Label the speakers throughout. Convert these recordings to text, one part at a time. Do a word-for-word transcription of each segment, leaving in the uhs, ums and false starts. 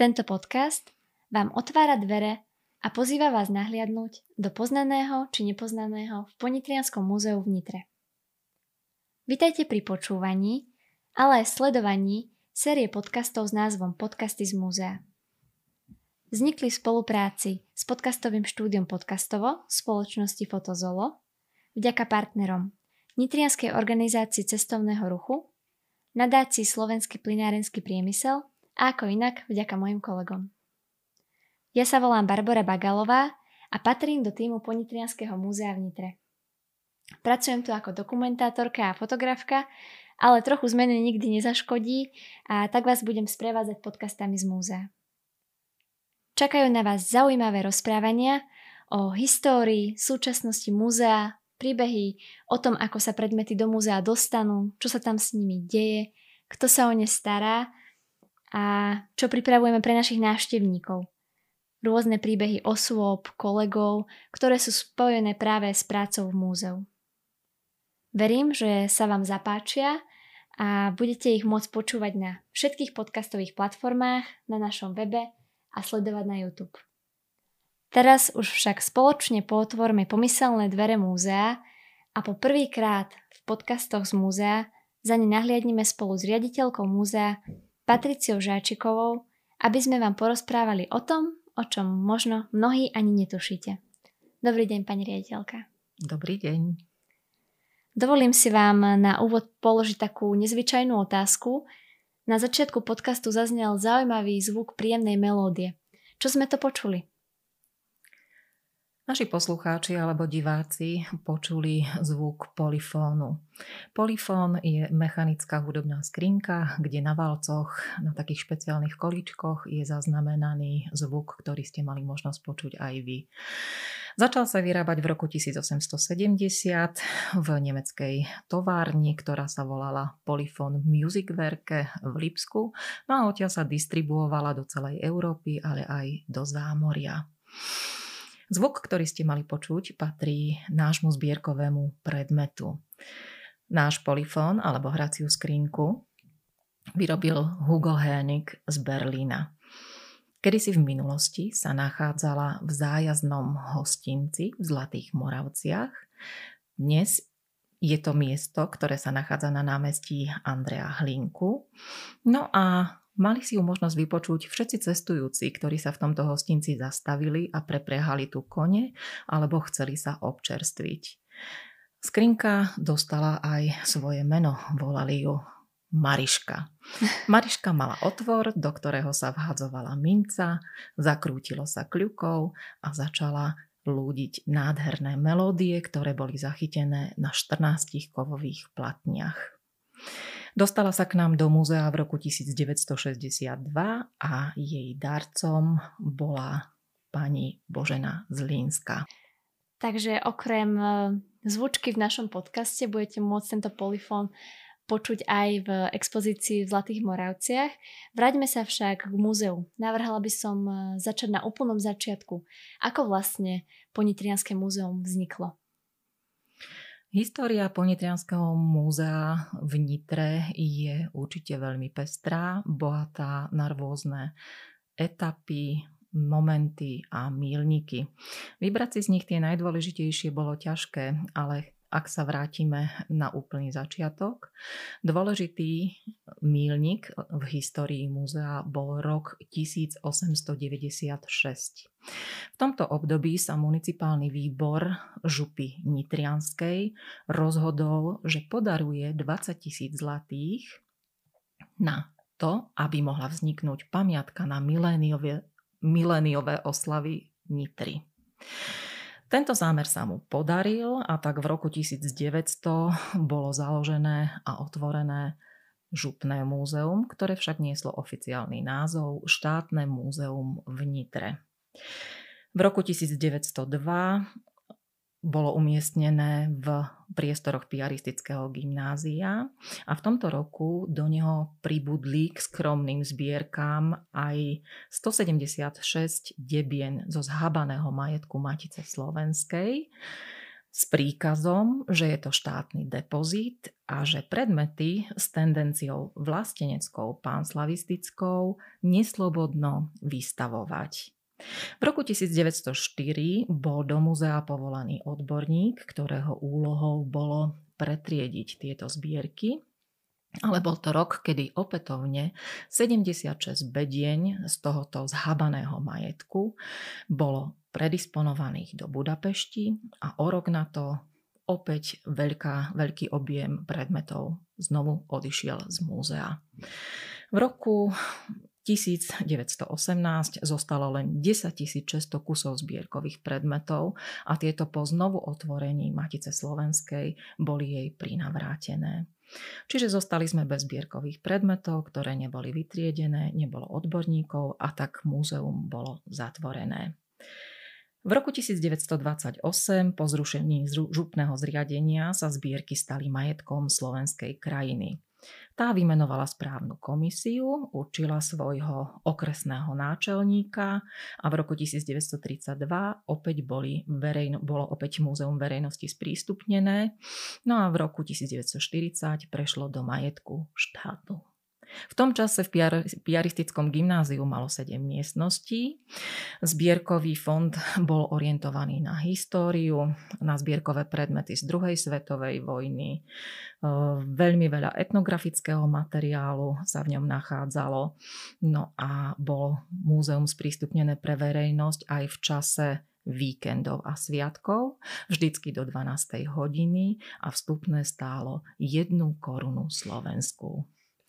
Speaker 1: Tento podcast vám otvára dvere a pozýva vás nahliadnúť do poznaného či nepoznaného v Ponitrianskom múzeu v Nitre. Vitajte pri počúvaní, ale aj sledovaní série podcastov s názvom Podcasty z múzea. Vznikli v spolupráci s podcastovým štúdiom Podcastovo spoločnosti Fotozolo vďaka partnerom Nitrianskej organizácii cestovného ruchu, nadácii Slovenský plynárenský priemysel a ako inak vďaka mojim kolegom. Ja sa volám Barbora Bagalová a patrím do týmu Ponitrianskeho múzea v Nitre. Pracujem tu ako dokumentátorka a fotografka, ale trochu zmeny nikdy nezaškodí a tak vás budem sprevádzať podcastami z múzea. Čakajú na vás zaujímavé rozprávania o histórii, súčasnosti múzea, príbehy o tom, ako sa predmety do múzea dostanú, čo sa tam s nimi deje, kto sa o ne stará a čo pripravujeme pre našich návštevníkov. Rôzne príbehy osôb, kolegov, ktoré sú spojené práve s prácou v múzeu. Verím, že sa vám zapáčia a budete ich môcť počúvať na všetkých podcastových platformách, na našom webe a sledovať na YouTube. Teraz už však spoločne pootvorme pomyselné dvere múzea a po prvýkrát v podcastoch z múzea za ne nahliadnime spolu s riaditeľkou múzea Patriciou Žáčikovou, aby sme vám porozprávali o tom, o čom možno mnohí ani netušíte. Dobrý deň, pani riaditeľka.
Speaker 2: Dobrý deň.
Speaker 1: Dovolím si vám na úvod položiť takú nezvyčajnú otázku. Na začiatku podcastu zaznel zaujímavý zvuk príjemnej melódie. Čo sme to počuli?
Speaker 2: Naši poslucháči alebo diváci počuli zvuk polifónu. Polifón je mechanická hudobná skrinka, kde na valcoch, na takých špeciálnych kolíčkoch je zaznamenaný zvuk, ktorý ste mali možnosť počuť aj vy. Začal sa vyrábať v roku tisícosemstosedemdesiat v nemeckej továrni, ktorá sa volala Polyphon Musikwerke v Lipsku, no a odtiaľ sa distribuovala do celej Európy, ale aj do zámoria. Zvuk, ktorý ste mali počuť, patrí nášmu zbierkovému predmetu. Náš polyfón alebo hraciu skrinku vyrobil Hugo Hoenig z Berlína. Kedysi v minulosti sa nachádzala v zájazdnom hostinci v Zlatých Moravciach. Dnes je to miesto, ktoré sa nachádza na námestí Andreja Hlinku. No a mali si ju možnosť vypočuť všetci cestujúci, ktorí sa v tomto hostinci zastavili a prepriahali tu kone alebo chceli sa občerstviť. Skrinka dostala aj svoje meno, volali ju Mariška. Mariška mala otvor, do ktorého sa vhadzovala minca, zakrútilo sa kľukou a začala lúdiť nádherné melódie, ktoré boli zachytené na štrnástich kovových platniach. Dostala sa k nám do múzea v roku devätnásťstošesťdesiatdva a jej darcom bola pani Božena Zlínska.
Speaker 1: Takže okrem zvučky v našom podcaste budete môcť tento polyfón počuť aj v expozícii v Zlatých Moravciach. Vráťme sa však k múzeu. Navrhala by som začať na úplnom začiatku. Ako vlastne Ponitrianske múzeum vzniklo?
Speaker 2: História Ponitrianskeho múzea v Nitre je určite veľmi pestrá, bohatá na rôzne etapy, momenty a míľniky. Vybrať si z nich tie najdôležitejšie bolo ťažké, ale ak sa vrátime na úplný začiatok, dôležitý míľnik v histórii múzea bol rok tisícosemstodeväťdesiatšesť. V tomto období sa municipálny výbor župy Nitrianskej rozhodol, že podaruje dvadsaťtisíc zlatých na to, aby mohla vzniknúť pamiatka na miléniové, miléniové oslavy Nitry. Tento zámer sa mu podaril a tak v roku tisícdeväťsto bolo založené a otvorené župné múzeum, ktoré však nieslo oficiálny názov Štátne múzeum v Nitre. V roku tisícdeväťstodva bolo umiestnené v priestoroch piaristického gymnázia a v tomto roku do neho pribudli k skromným zbierkám aj stosedemdesiatšesť debien zo zhabaného majetku Matice Slovenskej. s príkazom, že je to štátny depozit a že predmety s tendenciou vlasteneckou, pánslavistickou neslobodno vystavovať. V roku devätnásťstoštyri bol do múzea povolaný odborník, ktorého úlohou bolo pretriediť tieto zbierky, ale bol to rok, kedy opätovne sedemdesiatšesť bedieň z tohoto zhabaného majetku bolo predisponovaných do Budapešti a o rok na to opäť veľká, veľký objem predmetov znovu odišiel z múzea. V roku devätnásťstoosemnásť zostalo len desaťtisícšesťsto kusov zbierkových predmetov a tieto po znovu otvorení Matice slovenskej boli jej prinavrátené. Čiže zostali sme bez zbierkových predmetov, ktoré neboli vytriedené, nebolo odborníkov a tak múzeum bolo zatvorené. V roku devätnásťstodvadsaťosem po zrušení župného zriadenia sa zbierky stali majetkom slovenskej krajiny. Tá vymenovala správnu komisiu, určila svojho okresného náčelníka a v roku devätnásťstotridsaťdva opäť boli verejno, bolo opäť múzeum verejnosti sprístupnené, no a v roku devätnásťstoštyridsať prešlo do majetku štátu. V tom čase v piaristickom gymnáziu malo sedem miestností. Zbierkový fond bol orientovaný na históriu, na zbierkové predmety z druhej svetovej vojny. Veľmi veľa etnografického materiálu sa v ňom nachádzalo. No a bolo múzeum sprístupnené pre verejnosť aj v čase víkendov a sviatkov, vždycky do dvanástej hodiny a vstupné stálo jednu korunu slovenskú.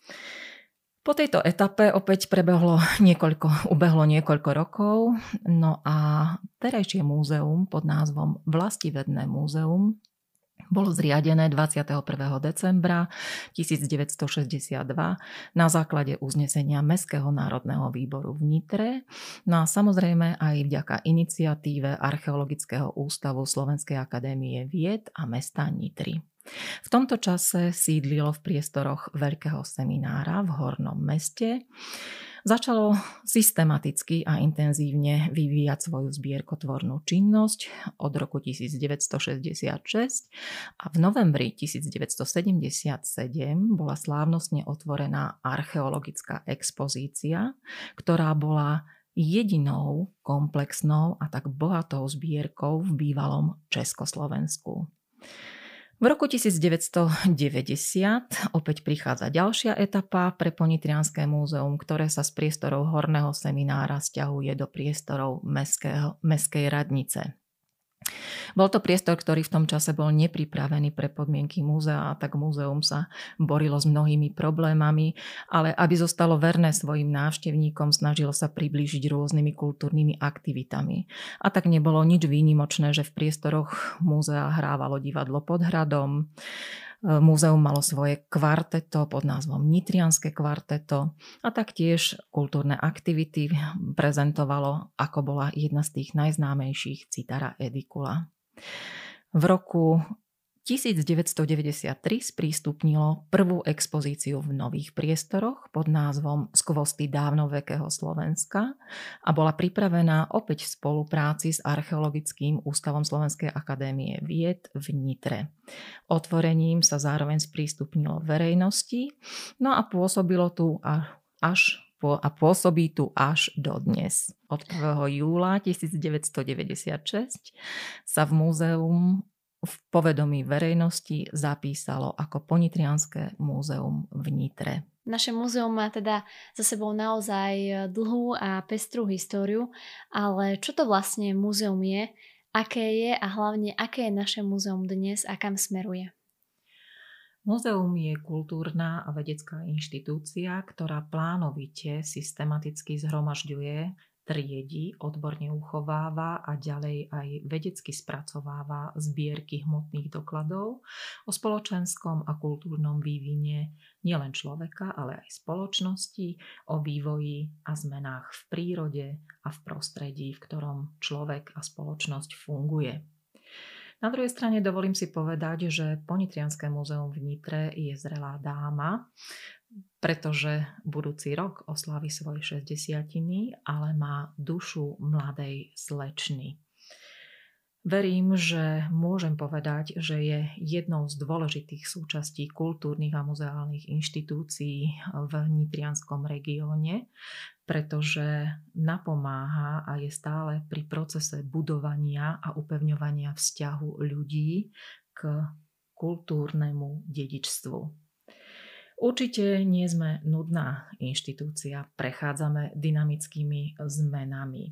Speaker 2: Po tejto etape opäť prebehlo niekoľko, ubehlo niekoľko rokov, no a terajšie múzeum pod názvom Vlastivedné múzeum bolo zriadené dvadsiateho prvého decembra devätnásťstošesťdesiatdva na základe uznesenia Mestského národného výboru v Nitre, no a samozrejme aj vďaka iniciatíve Archeologického ústavu Slovenskej akadémie vied a mesta Nitry. V tomto čase sídlilo v priestoroch Veľkého seminára v Hornom meste. Začalo systematicky a intenzívne vyvíjať svoju zbierkotvornú činnosť od roku devätnásťstošesťdesiatšesť a v novembri devätnásťstosedemdesiatsedem bola slávnostne otvorená archeologická expozícia, ktorá bola jedinou komplexnou a tak bohatou zbierkou v bývalom Československu. V roku devätnásťstodeväťdesiat opäť prichádza ďalšia etapa pre Ponitrianske múzeum, ktoré sa z priestorov Horného seminára sťahuje do priestorov Mestského, Mestskej radnice. Bol to priestor, ktorý v tom čase bol nepripravený pre podmienky múzea, a tak múzeum sa borilo s mnohými problémami, ale aby zostalo verné svojim návštevníkom, snažilo sa priblížiť rôznymi kultúrnymi aktivitami. A tak nebolo nič výnimočné, že v priestoroch múzea hrávalo divadlo pod hradom. Múzeum malo svoje kvarteto pod názvom Nitrianske kvarteto a taktiež kultúrne aktivity prezentovalo, ako bola jedna z tých najznámejších Cithara Edicula. V roku devätnásťstodeväťdesiattri sprístupnilo prvú expozíciu v nových priestoroch pod názvom Skvosty dávnovekého Slovenska a bola pripravená opäť v spolupráci s Archeologickým ústavom Slovenskej akadémie vied v Nitre. Otvorením sa zároveň sprístupnilo verejnosti, no a pôsobilo tu až a pôsobí tu až dodnes. Od prvého júla devätnásťstodeväťdesiatšesť sa v múzeum v povedomí verejnosti zapísalo ako Ponitrianske múzeum v Nitre.
Speaker 1: Naše múzeum má teda za sebou naozaj dlhú a pestrú históriu, ale čo to vlastne múzeum je, aké je a hlavne aké je naše múzeum dnes a kam smeruje?
Speaker 2: Múzeum je kultúrna a vedecká inštitúcia, ktorá plánovite systematicky zhromažďuje, triedi, odborne uchováva a ďalej aj vedecky spracováva zbierky hmotných dokladov o spoločenskom a kultúrnom vývine nielen človeka, ale aj spoločnosti, o vývoji a zmenách v prírode a v prostredí, v ktorom človek a spoločnosť funguje. Na druhej strane dovolím si povedať, že Ponitrianske múzeum v Nitre je zrelá dáma, pretože budúci rok oslávi svoje šesťdesiatiny, ale má dušu mladej slečny. Verím, že môžem povedať, že je jednou z dôležitých súčastí kultúrnych a muzeálnych inštitúcií v nitrianskom regióne, pretože napomáha a je stále pri procese budovania a upevňovania vzťahu ľudí k kultúrnemu dedičstvu. Určite nie sme nudná inštitúcia, prechádzame dynamickými zmenami.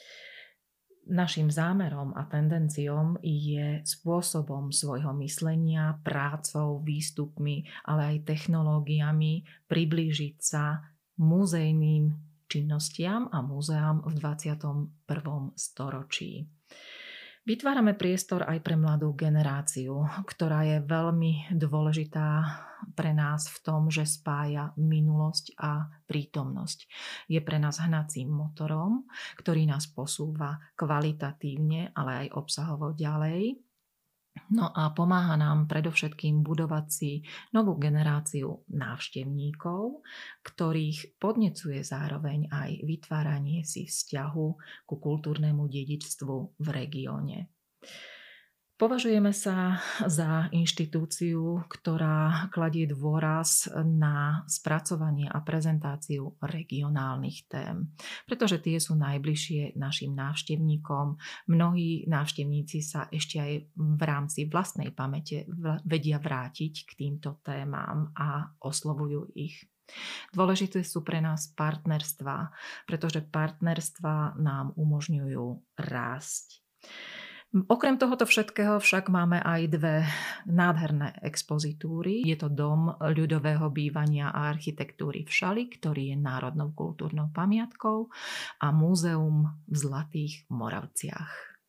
Speaker 2: Naším zámerom a tendenciom je spôsobom svojho myslenia, prácou, výstupmi, ale aj technológiami priblížiť sa muzejným činnostiam a múzeám v dvadsiatom prvom storočí. Vytvárame priestor aj pre mladú generáciu, ktorá je veľmi dôležitá pre nás v tom, že spája minulosť a prítomnosť. Je pre nás hnacím motorom, ktorý nás posúva kvalitatívne, ale aj obsahovo ďalej. No a pomáha nám predovšetkým budovať si novú generáciu návštevníkov, ktorých podnecuje zároveň aj vytváranie si vzťahu ku kultúrnemu dedičstvu v regióne. Považujeme sa za inštitúciu, ktorá kladie dôraz na spracovanie a prezentáciu regionálnych tém, pretože tie sú najbližšie našim návštevníkom. Mnohí návštevníci sa ešte aj v rámci vlastnej pamäte vedia vrátiť k týmto témam a oslovujú ich. Dôležité sú pre nás partnerstvá, pretože partnerstvá nám umožňujú rásť. Okrem tohoto všetkého však máme aj dve nádherné expozitúry. Je to Dom ľudového bývania a architektúry v Šali, ktorý je národnou kultúrnou pamiatkou, a Múzeum v Zlatých Moravciach.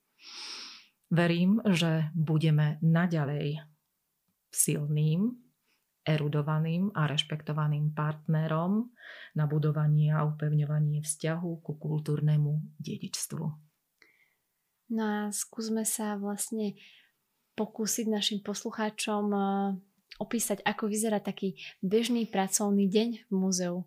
Speaker 2: Verím, že budeme naďalej silným, erudovaným a rešpektovaným partnerom na budovanie a upevňovanie vzťahu ku kultúrnemu dedičstvu.
Speaker 1: No a skúsme sa vlastne pokúsiť našim poslucháčom opísať, ako vyzerá taký bežný pracovný deň v múzeu.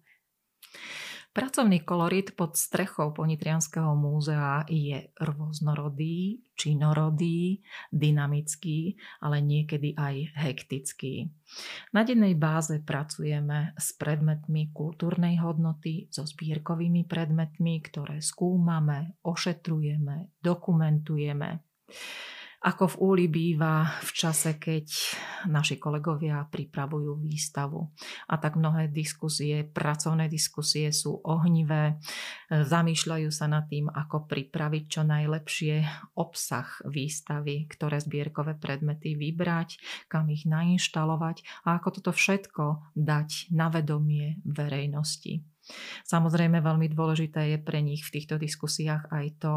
Speaker 2: Pracovný kolorit pod strechou Ponitrianskeho múzea je rôznorodý, činorodý, dynamický, ale niekedy aj hektický. Na dennej báze pracujeme s predmetmi kultúrnej hodnoty, so zbierkovými predmetmi, ktoré skúmame, ošetrujeme, dokumentujeme. Ako v úli býva v čase, keď naši kolegovia pripravujú výstavu. A tak mnohé diskusie, pracovné diskusie sú ohnivé, zamýšľajú sa nad tým, ako pripraviť čo najlepšie obsah výstavy, ktoré zbierkové predmety vybrať, kam ich nainštalovať a ako toto všetko dať na vedomie verejnosti. Samozrejme, veľmi dôležité je pre nich v týchto diskusiách aj to,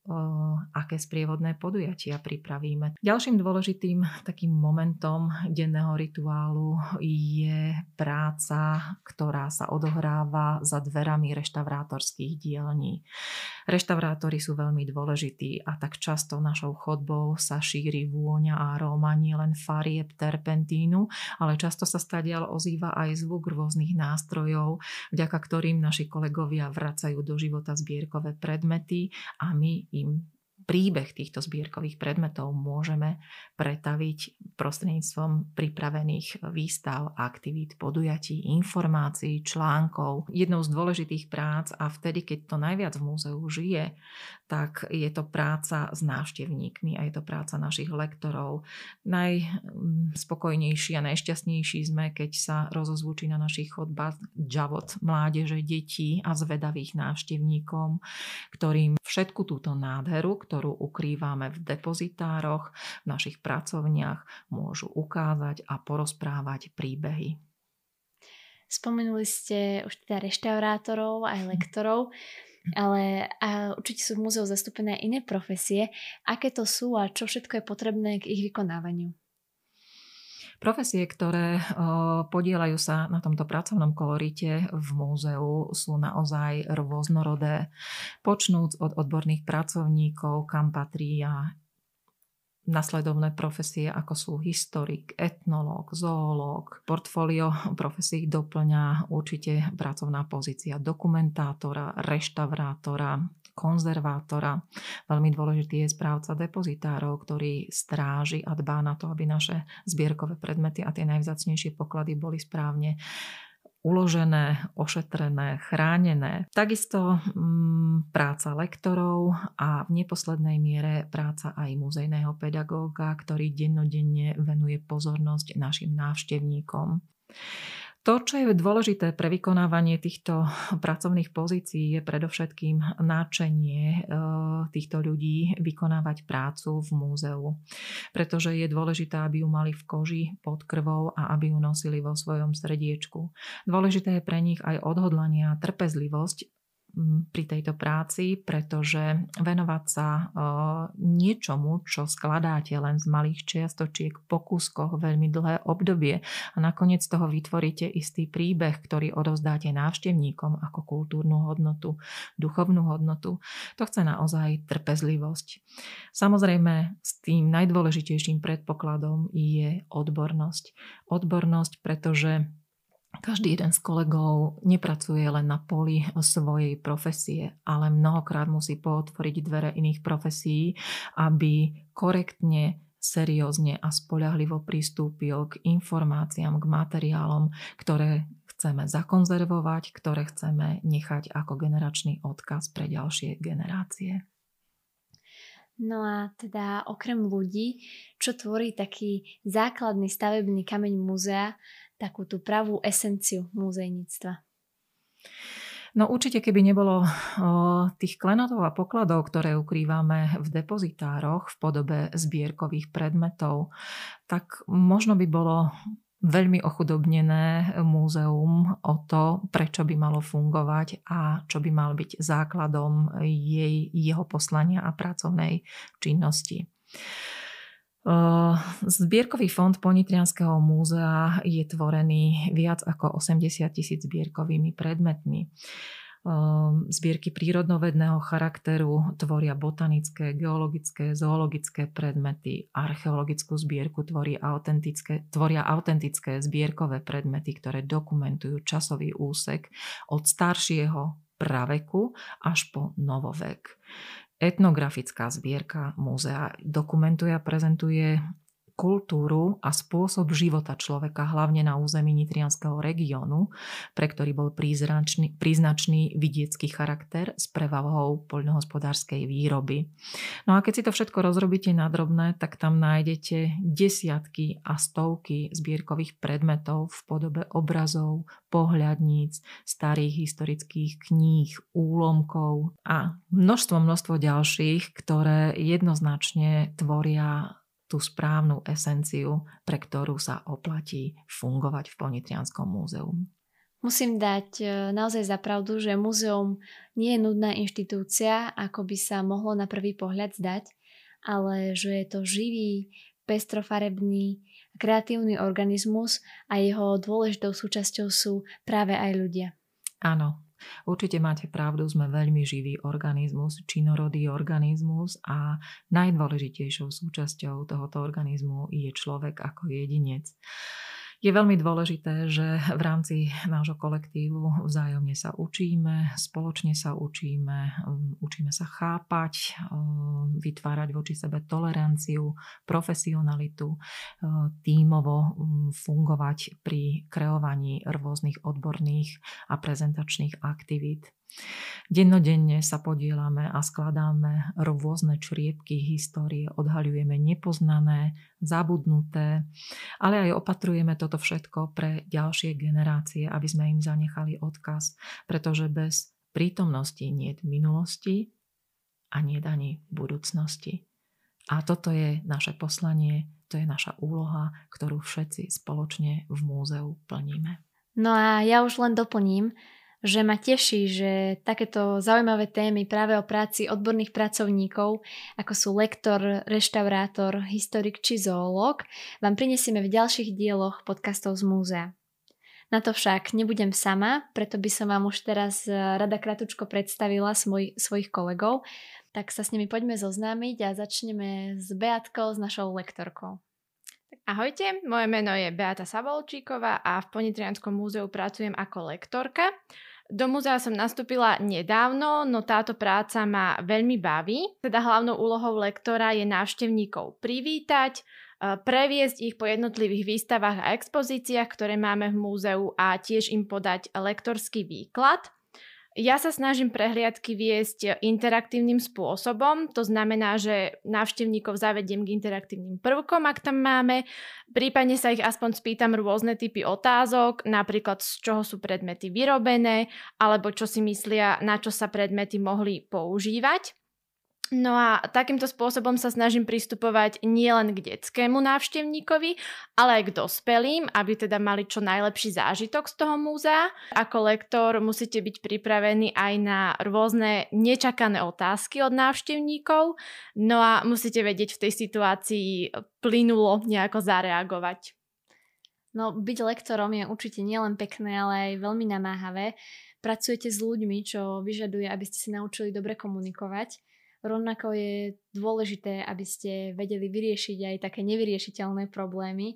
Speaker 2: aké sprievodné podujatia pripravíme. Ďalším dôležitým takým momentom denného rituálu je práca, ktorá sa odohráva za dverami reštaurátorských dielní. Reštaurátori sú veľmi dôležití a tak často našou chodbou sa šíri vôňa a aróma nielen farieb, terpentínu, ale často sa stadiaľ ozýva aj zvuk rôznych nástrojov, vďaka ktorým naši kolegovia vracajú do života zbierkové predmety a my im príbeh týchto zbierkových predmetov môžeme pretaviť prostredníctvom pripravených výstav, aktivít, podujatí, informácií, článkov. Jednou z dôležitých prác, a vtedy, keď to najviac v múzeu žije, tak je to práca s návštevníkmi a je to práca našich lektorov. Najspokojnejší a najšťastnejší sme, keď sa rozozvučí na našich chodbách džavot mládeže, detí a zvedavých návštevníkom, ktorým všetku túto nádheru, ktorú ukrývame v depozitároch, v našich pracovniach, môžu ukázať a porozprávať príbehy.
Speaker 1: Spomenuli ste už teda reštaurátorov aj lektorov, ale a určite sú v múzeu zastúpené iné profesie. Aké to sú a čo všetko je potrebné k ich vykonávaniu?
Speaker 2: Profesie, ktoré podieľajú sa na tomto pracovnom kolorite v múzeu, sú naozaj rôznorodé. Počnúc od odborných pracovníkov, kam patria nasledovné profesie, ako sú historik, etnológ, zoológ. Portfólio profesí doplňa určite pracovná pozícia dokumentátora, reštaurátora, konzervátora. Veľmi dôležitý je správca depozitárov, ktorý stráži a dbá na to, aby naše zbierkové predmety a tie najvzácnejšie poklady boli správne uložené, ošetrené, chránené. Takisto mm, práca lektorov a v neposlednej miere práca aj muzejného pedagóga, ktorý dennodenne venuje pozornosť našim návštevníkom. To, čo je dôležité pre vykonávanie týchto pracovných pozícií, je predovšetkým nadšenie týchto ľudí vykonávať prácu v múzeu. Pretože je dôležité, aby ju mali v koži, pod krvou a aby ju nosili vo svojom srdiečku. Dôležité je pre nich aj odhodlanie a trpezlivosť pri tejto práci, pretože venovať sa niečomu, čo skladáte len z malých čiastočiek po kúskoch veľmi dlhé obdobie a nakoniec toho vytvoríte istý príbeh, ktorý odovzdáte návštevníkom ako kultúrnu hodnotu, duchovnú hodnotu, to chce naozaj trpezlivosť. Samozrejme, s tým najdôležitejším predpokladom je odbornosť. Odbornosť, pretože každý jeden z kolegov nepracuje len na poli svojej profesie, ale mnohokrát musí pootvoriť dvere iných profesí, aby korektne, seriózne a spoľahlivo pristúpil k informáciám, k materiálom, ktoré chceme zakonzervovať, ktoré chceme nechať ako generačný odkaz pre ďalšie generácie.
Speaker 1: No a teda okrem ľudí, čo tvorí taký základný stavebný kameň múzea, takú tú pravú esenciu múzejníctva?
Speaker 2: No určite, keby nebolo o, tých klenotov a pokladov, ktoré ukrývame v depozitároch v podobe zbierkových predmetov, tak možno by bolo veľmi ochudobnené múzeum o to, prečo by malo fungovať a čo by mal byť základom jej, jeho poslania a pracovnej činnosti. Zbierkový fond Ponitrianskeho múzea je tvorený viac ako osemdesiat tisíc zbierkovými predmetmi. Zbierky prírodnovedného charakteru tvoria botanické, geologické, zoologické predmety. Archeologickú zbierku tvoria autentické, tvoria autentické zbierkové predmety, ktoré dokumentujú časový úsek od staršieho praveku až po novovek. Etnografická zbierka múzea dokumentuje a prezentuje kultúru a spôsob života človeka, hlavne na území nitrianskeho regiónu, pre ktorý bol príznačný, príznačný vidiecký charakter s prevahou poľnohospodárskej výroby. No a keď si to všetko rozrobíte na drobné, tak tam nájdete desiatky a stovky zbierkových predmetov v podobe obrazov, pohľadníc, starých historických kníh, úlomkov a množstvo, množstvo ďalších, ktoré jednoznačne tvoria tú správnu esenciu, pre ktorú sa oplatí fungovať v Ponitrianskom múzeu.
Speaker 1: Musím dať naozaj za pravdu, že múzeum nie je nudná inštitúcia, ako by sa mohlo na prvý pohľad zdať, ale že je to živý, pestrofarebný, kreatívny organizmus a jeho dôležitou súčasťou sú práve aj ľudia.
Speaker 2: Áno. Určite máte pravdu, sme veľmi živý organizmus, činorodý organizmus a najdôležitejšou súčasťou tohoto organizmu je človek ako jedinec. Je veľmi dôležité, že v rámci nášho kolektívu vzájomne sa učíme, spoločne sa učíme, učíme sa chápať, vytvárať voči sebe toleranciu, profesionalitu, tímovo fungovať pri kreovaní rôznych odborných a prezentačných aktivít. Dennodenne sa podieľame a skladáme rôzne čriepky histórie, odhaľujeme nepoznané, zabudnuté, ale aj opatrujeme toto všetko pre ďalšie generácie, aby sme im zanechali odkaz, pretože bez prítomnosti niet minulosti a niet ani budúcnosti. A toto je naše poslanie, to je naša úloha, ktorú všetci spoločne v múzeu plníme.
Speaker 1: No a ja už len doplním, že ma teší, že takéto zaujímavé témy práve o práci odborných pracovníkov, ako sú lektor, reštaurátor, historik či zoológ, vám prinesieme v ďalších dieloch podcastov z múzea. Na to však nebudem sama, preto by som vám už teraz rada kratučko predstavila svoj, svojich kolegov, tak sa s nimi poďme zoznámiť a začneme s Beatkou, s našou lektorkou.
Speaker 3: Ahojte, moje meno je Beata Sabolčíková a v Ponitrianskom múzeu pracujem ako lektorka. Do múzea som nastúpila nedávno, no táto práca ma veľmi baví. Teda hlavnou úlohou lektora je návštevníkov privítať, previesť ich po jednotlivých výstavách a expozíciách, ktoré máme v múzeu a tiež im podať lektorský výklad. Ja sa snažím prehliadky viesť interaktívnym spôsobom, to znamená, že návštevníkov zavediem k interaktívnym prvkom, ak tam máme, prípadne sa ich aspoň spýtam rôzne typy otázok, napríklad z čoho sú predmety vyrobené, alebo čo si myslia, na čo sa predmety mohli používať. No a takýmto spôsobom sa snažím pristupovať nielen k detskému návštevníkovi, ale aj k dospelým, aby teda mali čo najlepší zážitok z toho múzea. Ako lektor musíte byť pripravení aj na rôzne nečakané otázky od návštevníkov, no a musíte vedieť v tej situácii plynulo nejako zareagovať.
Speaker 1: No, byť lektorom je určite nielen pekné, ale aj veľmi namáhavé. Pracujete s ľuďmi, čo vyžaduje, aby ste sa naučili dobre komunikovať. Rovnako je dôležité, aby ste vedeli vyriešiť aj také nevyriešiteľné problémy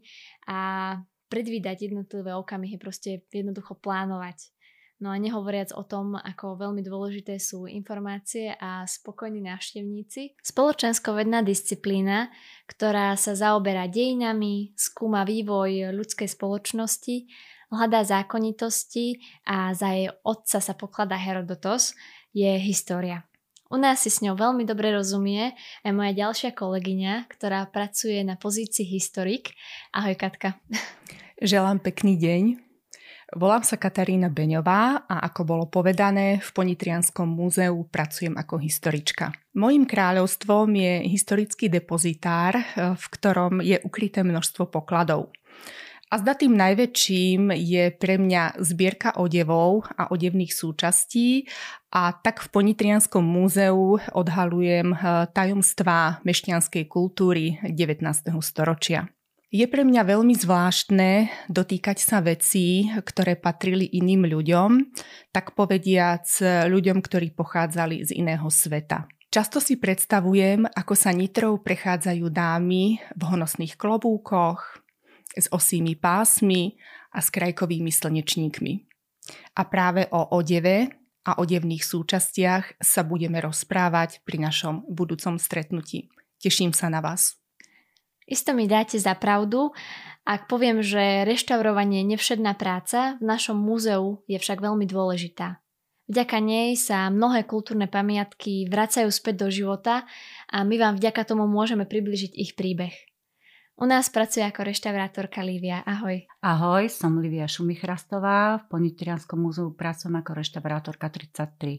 Speaker 1: a predvídať jednotlivé okamihy, proste jednoducho plánovať. No a nehovoriac o tom, ako veľmi dôležité sú informácie a spokojní návštevníci. Spoločenskovedná disciplína, ktorá sa zaoberá dejinami, skúma vývoj ľudskej spoločnosti, hľadá zákonitosti a za jej otca sa pokladá Herodotos, je história. U nás si s ňou veľmi dobre rozumie aj moja ďalšia kolegyňa, ktorá pracuje na pozícii historik. Ahoj, Katka.
Speaker 4: Želám pekný deň. Volám sa Katarína Beňová a ako bolo povedané, v Ponitrianskom múzeu pracujem ako historička. Mojím kráľovstvom je historický depozitár, v ktorom je ukryté množstvo pokladov. A zda tým najväčším je pre mňa zbierka odevov a odevných súčastí a tak v Ponitrianskom múzeu odhalujem tajomstvá mešťanskej kultúry devätnásteho storočia. Je pre mňa veľmi zvláštne dotýkať sa vecí, ktoré patrili iným ľuďom, tak povediac ľuďom, ktorí pochádzali z iného sveta. Často si predstavujem, ako sa Nitrou prechádzajú dámy v honosných klobúkoch, s osými pásmi a s krajkovými slnečníkmi. A práve o odeve a odevných súčastiach sa budeme rozprávať pri našom budúcom stretnutí. Teším sa na vás.
Speaker 1: Isto mi dáte za pravdu, ak poviem, že reštaurovanie je nevšedná práca, v našom múzeu je však veľmi dôležitá. Vďaka nej sa mnohé kultúrne pamiatky vracajú späť do života a my vám vďaka tomu môžeme približiť ich príbeh. U nás pracuje ako reštaurátorka Lívia. Ahoj.
Speaker 5: Ahoj, som Lívia Šumichrastová. V Ponitrianskom múzeu pracujem ako reštaurátorka tridsaťtri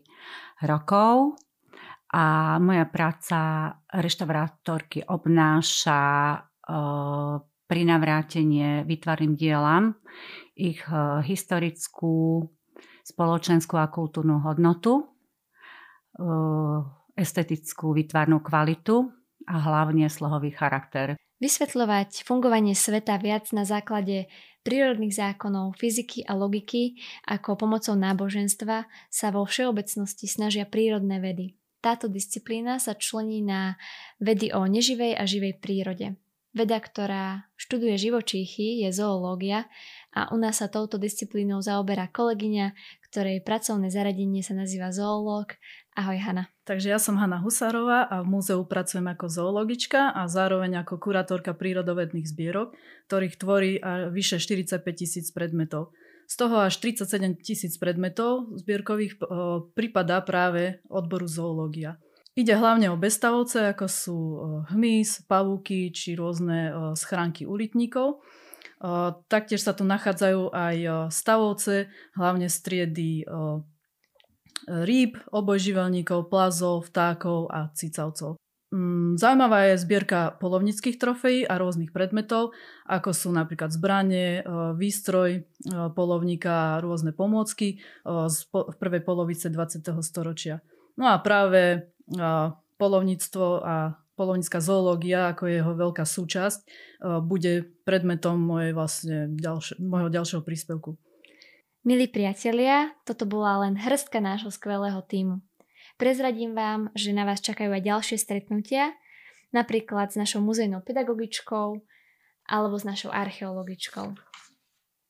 Speaker 5: rokov a moja práca reštaurátorky obnáša e, prinavrátenie výtvarným dielam, ich e, historickú, spoločenskú a kultúrnu hodnotu, e, estetickú výtvarnú kvalitu a hlavne slohový charakter.
Speaker 1: Vysvetľovať fungovanie sveta viac na základe prírodných zákonov, fyziky a logiky ako pomocou náboženstva sa vo všeobecnosti snažia prírodné vedy. Táto disciplína sa člení na vedy o neživej a živej prírode. Veda, ktorá študuje živočíchy, je zoológia a u nás sa touto disciplínou zaoberá kolegyňa, ktorej pracovné zaradenie sa nazýva zoológ. Ahoj, Hana.
Speaker 6: Takže ja som Hana Husárová a v múzeu pracujem ako zoologička a zároveň ako kurátorka prírodovedných zbierok, ktorých tvorí vyše štyridsaťpäť tisíc predmetov. Z toho až tridsaťsedem tisíc predmetov zbierkových pripadá práve odboru zoológia. Ide hlavne o bezstavovce, ako sú hmyz, pavúky či rôzne schránky ulitníkov. Taktiež sa tu nachádzajú aj stavovce, hlavne z triedy rýb, obojživelníkov, plazov, vtákov a cicavcov. Zaujímavá je zbierka poľovníckych trofejí a rôznych predmetov, ako sú napríklad zbrane, výstroj poľovníka a rôzne pomôcky v prvej polovice dvadsiateho storočia. No a práve poľovníctvo a poľovnícka zoológia, ako je jeho veľká súčasť, bude predmetom mojej vlastne ďalšie, môjho ďalšieho príspevku.
Speaker 1: Milí priatelia, toto bola len hrstka nášho skvelého tímu. Prezradím vám, že na vás čakajú aj ďalšie stretnutia, napríklad s našou muzejnou pedagogičkou alebo s našou archeologičkou.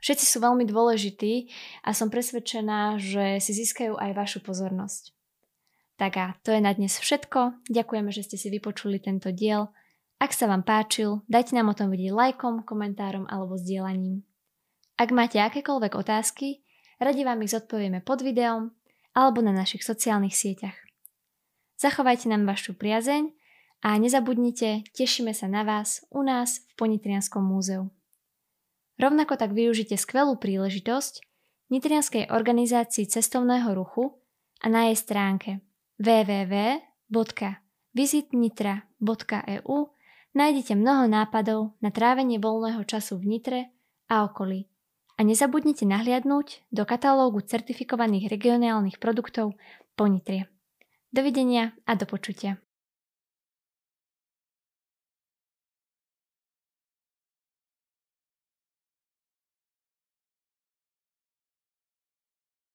Speaker 1: Všetci sú veľmi dôležití a som presvedčená, že si získajú aj vašu pozornosť. Tak a to je na dnes všetko. Ďakujeme, že ste si vypočuli tento diel. Ak sa vám páčil, dajte nám o tom vedieť lajkom, komentárom alebo zdieľaním. Ak máte akékoľvek otázky, radi vám ich zodpovieme pod videom alebo na našich sociálnych sieťach. Zachovajte nám vašu priazeň a nezabudnite, tešíme sa na vás u nás v Ponitrianskom múzeu. Rovnako tak využite skvelú príležitosť nitrianskej organizácii cestovného ruchu a na jej stránke w w w bodka visit nitra bodka e u nájdete mnoho nápadov na trávenie voľného času v Nitre a okolí. A nezabudnite nahliadnúť do katalógu certifikovaných regionálnych produktov Ponitrie. Dovidenia a do počutia.